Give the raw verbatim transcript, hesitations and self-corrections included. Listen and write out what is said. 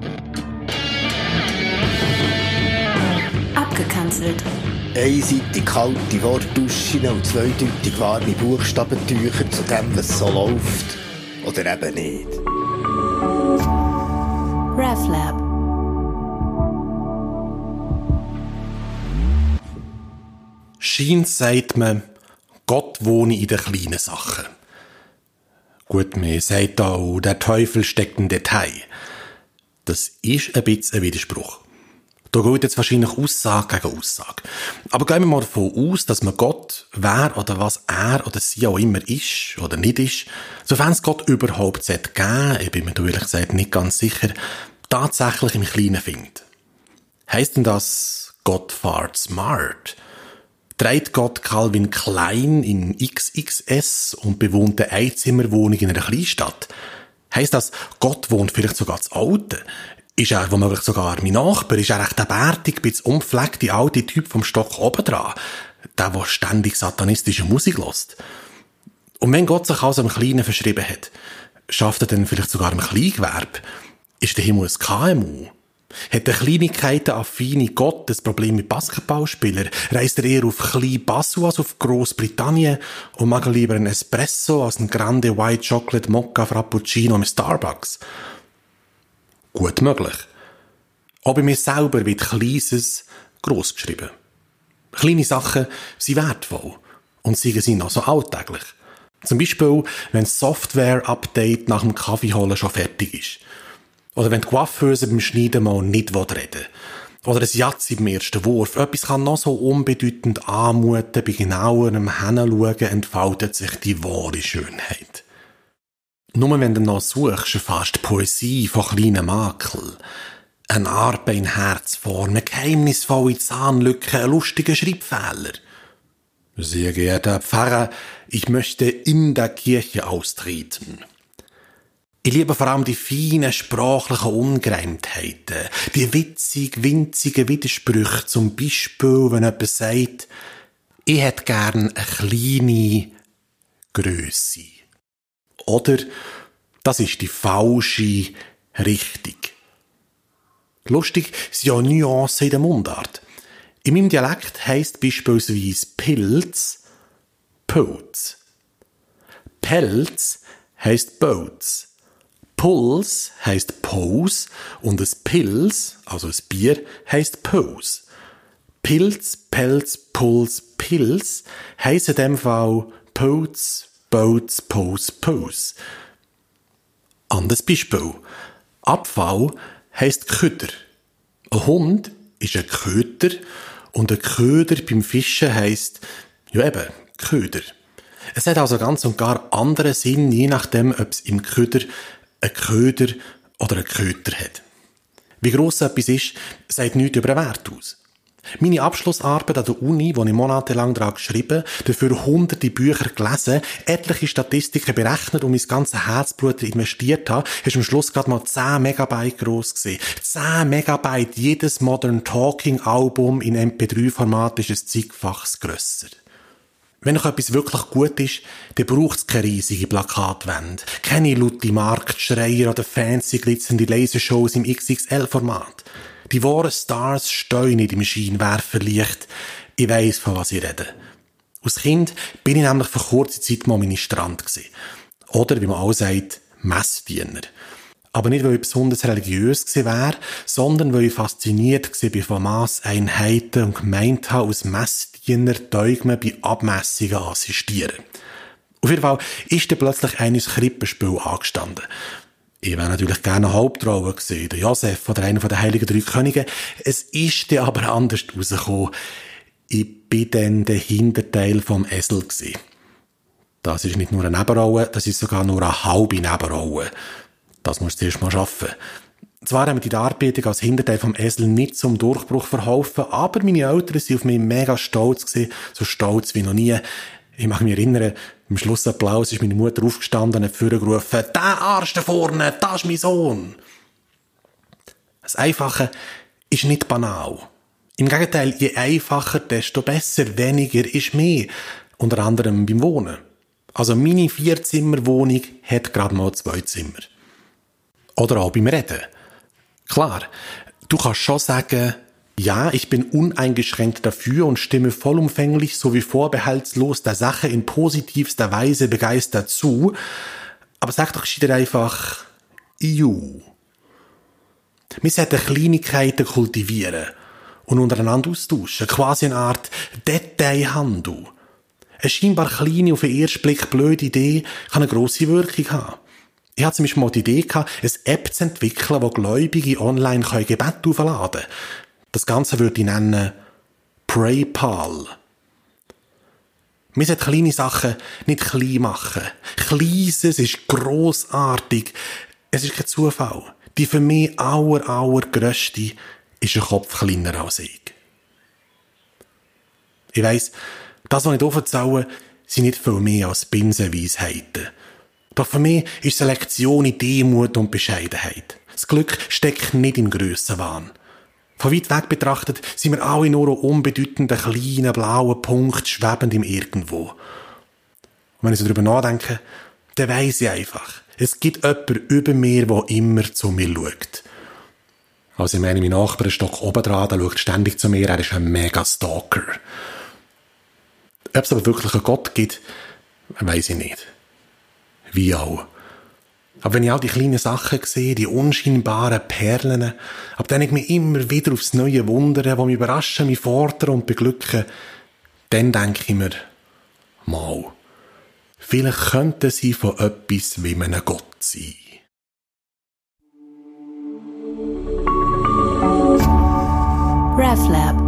Abgekanzelt. Einseitig kalte Wortduschen und zweideutig warme Buchstabentücher zu dem, was so läuft. Oder eben nicht. RefLab. Scheint sagt man, Gott wohne in den kleinen Sachen. Gut, man sagt auch, der Teufel steckt im Detail. Das ist ein bisschen ein Widerspruch. Da geht jetzt wahrscheinlich Aussage gegen Aussage. Aber gehen wir mal davon aus, dass man Gott, wer oder was er oder sie auch immer ist oder nicht ist, sofern es Gott überhaupt geben, ich bin mir ehrlich gesagt nicht ganz sicher, tatsächlich im Kleinen findet. Heisst denn das, Gott fährt smart? Trägt Gott Calvin Klein in X X S und bewohnt eine Einzimmerwohnung in einer Kleinstadt? Heisst das, Gott wohnt vielleicht sogar zu Alten? Ist er womöglich sogar mein Nachbar? Ist er echt der bärtige, bisschen unpflegte alte Typ vom Stock oben dran? Der, der ständig satanistische Musik hört? Und wenn Gott sich also im Kleinen verschrieben hat, schafft er dann vielleicht sogar im Kleingewerbe? Ist der Himmel ein K M U? Hat der Kleinigkeiten-affine Gott das Problem mit Basketballspielern? Reist er eher auf Klein Basel als auf Grossbritannien und mag er lieber einen Espresso als einen Grande White Chocolate Mocca Frappuccino mit Starbucks? Gut möglich. Auch bei mir selber wird Kleines gross geschrieben. Kleine Sachen sind wertvoll und sie sind auch so alltäglich. Zum Beispiel, wenn das Software-Update nach dem Kaffee holen schon fertig ist. Oder wenn die Coiffeuse beim Schneiden mal nicht reden will. Oder ein Jatzi beim ersten Wurf. Etwas kann noch so unbedeutend anmuten, bei genauerem Hinschauen entfaltet sich die wahre Schönheit. Nur wenn du noch suchst, erfasst Poesie von kleinen Makel. Eine Arbe in Herzform, eine geheimnisvolle Zahnlücke, ein lustiger Schreibfehler. Sehr geehrter Pfarrer, ich möchte in der Kirche austreten. Ich liebe vor allem die feinen sprachlichen Ungereimtheiten, die witzig, winzigen Widersprüche, zum Beispiel, wenn jemand sagt, ich hätte gern eine kleine Grösse. Oder, das ist die falsche Richtung. Lustig sind ja Nuancen in der Mundart. In meinem Dialekt heisst beispielsweise Pilz Pilz. Pelz heisst Boats. Puls heisst Pose und ein Pils, also ein Bier, heisst Pose. Pilz, Pelz, Puls, Pils heisst in dem Fall Pose, Boats, Pose, Pose. Anderes Beispiel. Abfall heisst Köder. Ein Hund ist ein Köder und ein Köder beim Fischen heisst, ja eben, Köder. Es hat also ganz und gar anderen Sinn, je nachdem, ob es im Köder ein Köder oder ein Köter hat. Wie gross etwas ist, sagt nichts über den Wert aus. Meine Abschlussarbeit an der Uni, wo ich monatelang daran geschrieben, dafür hunderte Bücher gelesen, etliche Statistiken berechnet und mein ganzes Herzblut investiert habe, ist am Schluss gerade mal zehn Megabyte gross gewesen. zehn Megabyte, jedes Modern Talking Album in M P drei Format ist ein zigfaches grösser. Wenn noch etwas wirklich gut ist, dann braucht es keine riesige Plakatwände, keine laute Marktschreier oder fancy glitzernde Lasershows im X X L-Format. Die wahren Stars stehen nicht im Scheinwerferlicht. Ich weiss, von was ich rede. Als Kind bin ich nämlich für kurze Zeit mal Ministrant gewesen. Oder, wie man auch sagt, Messdiener. Aber nicht, weil ich besonders religiös gewesen wäre, sondern weil ich fasziniert gewesen bin von Masseinheiten und gemeint habe, als Messdiener Teugmen bei Abmessungen assistieren. Auf jeden Fall ist dann plötzlich eines Krippenspiel angestanden. Ich wäre natürlich gerne eine Hauptrolle gewesen, der Josef oder einer der heiligen drei Könige. Es ist dann aber anders rausgekommen. Ich bin dann der Hinterteil vom Esel gewesen. Das ist nicht nur eine Nebenrolle, das ist sogar nur eine halbe Nebenrolle. Das musst du erst mal schaffen. Zwar haben wir die Darbietung als Hinterteil vom Esel nicht zum Durchbruch verholfen, aber meine Eltern waren auf mich mega stolz gewesen, so stolz wie noch nie. Ich mag mich erinnern, im Schlussapplaus ist meine Mutter aufgestanden und hat vorgerufen, «Der Arsch da vorne, das ist mein Sohn!» Das Einfache ist nicht banal. Im Gegenteil, je einfacher, desto besser, weniger ist mehr. Unter anderem beim Wohnen. Also meine Vierzimmerwohnung hat gerade mal zwei Zimmer. Oder auch beim Reden. Klar, du kannst schon sagen, ja, ich bin uneingeschränkt dafür und stimme vollumfänglich sowie vorbehaltslos der Sache in positivster Weise begeistert zu, aber sag doch gescheiter einfach, ju. Wir sollten Kleinigkeiten kultivieren und untereinander austauschen, quasi eine Art Detailhandel. Eine scheinbar kleine, auf den ersten Blick blöde Idee kann eine grosse Wirkung haben. Ich hatte zum Beispiel mal die Idee gehabt, eine App zu entwickeln, wo Gläubige online Gebete aufladen können. Das Ganze würde ich nennen PrayPal. Wir sollten kleine Sachen nicht klein machen. Kleines ist grossartig. Es ist kein Zufall. Die für mich aller, aller grösste ist ein Kopf kleiner als ich. Ich weiss, das, was ich aufzähle, sind nicht viel mehr als Binsenweisheiten. Doch für mich ist es eine Lektion in Demut und Bescheidenheit. Das Glück steckt nicht im Grössenwahn. Von weit weg betrachtet sind wir alle nur ein unbedeutender, kleiner, blauer Punkt, schwebend im Irgendwo. Und wenn ich so darüber nachdenke, dann weiss ich einfach, es gibt jemanden über mir, der immer zu mir schaut. Also ich meine, mein Nachbar, ein Stock oben dran, der schaut ständig zu mir, er ist ein Mega-Stalker. Ob es aber wirklich einen Gott gibt, weiss ich nicht. Wie auch. Aber wenn ich all die kleinen Sachen sehe, die unscheinbaren Perlen, ab denen ich mich immer wieder aufs Neue wundere, die mich überraschen, mich fordern und beglücken, dann denke ich mir, mal, vielleicht könnten sie von etwas wie einem Gott sein. RefLab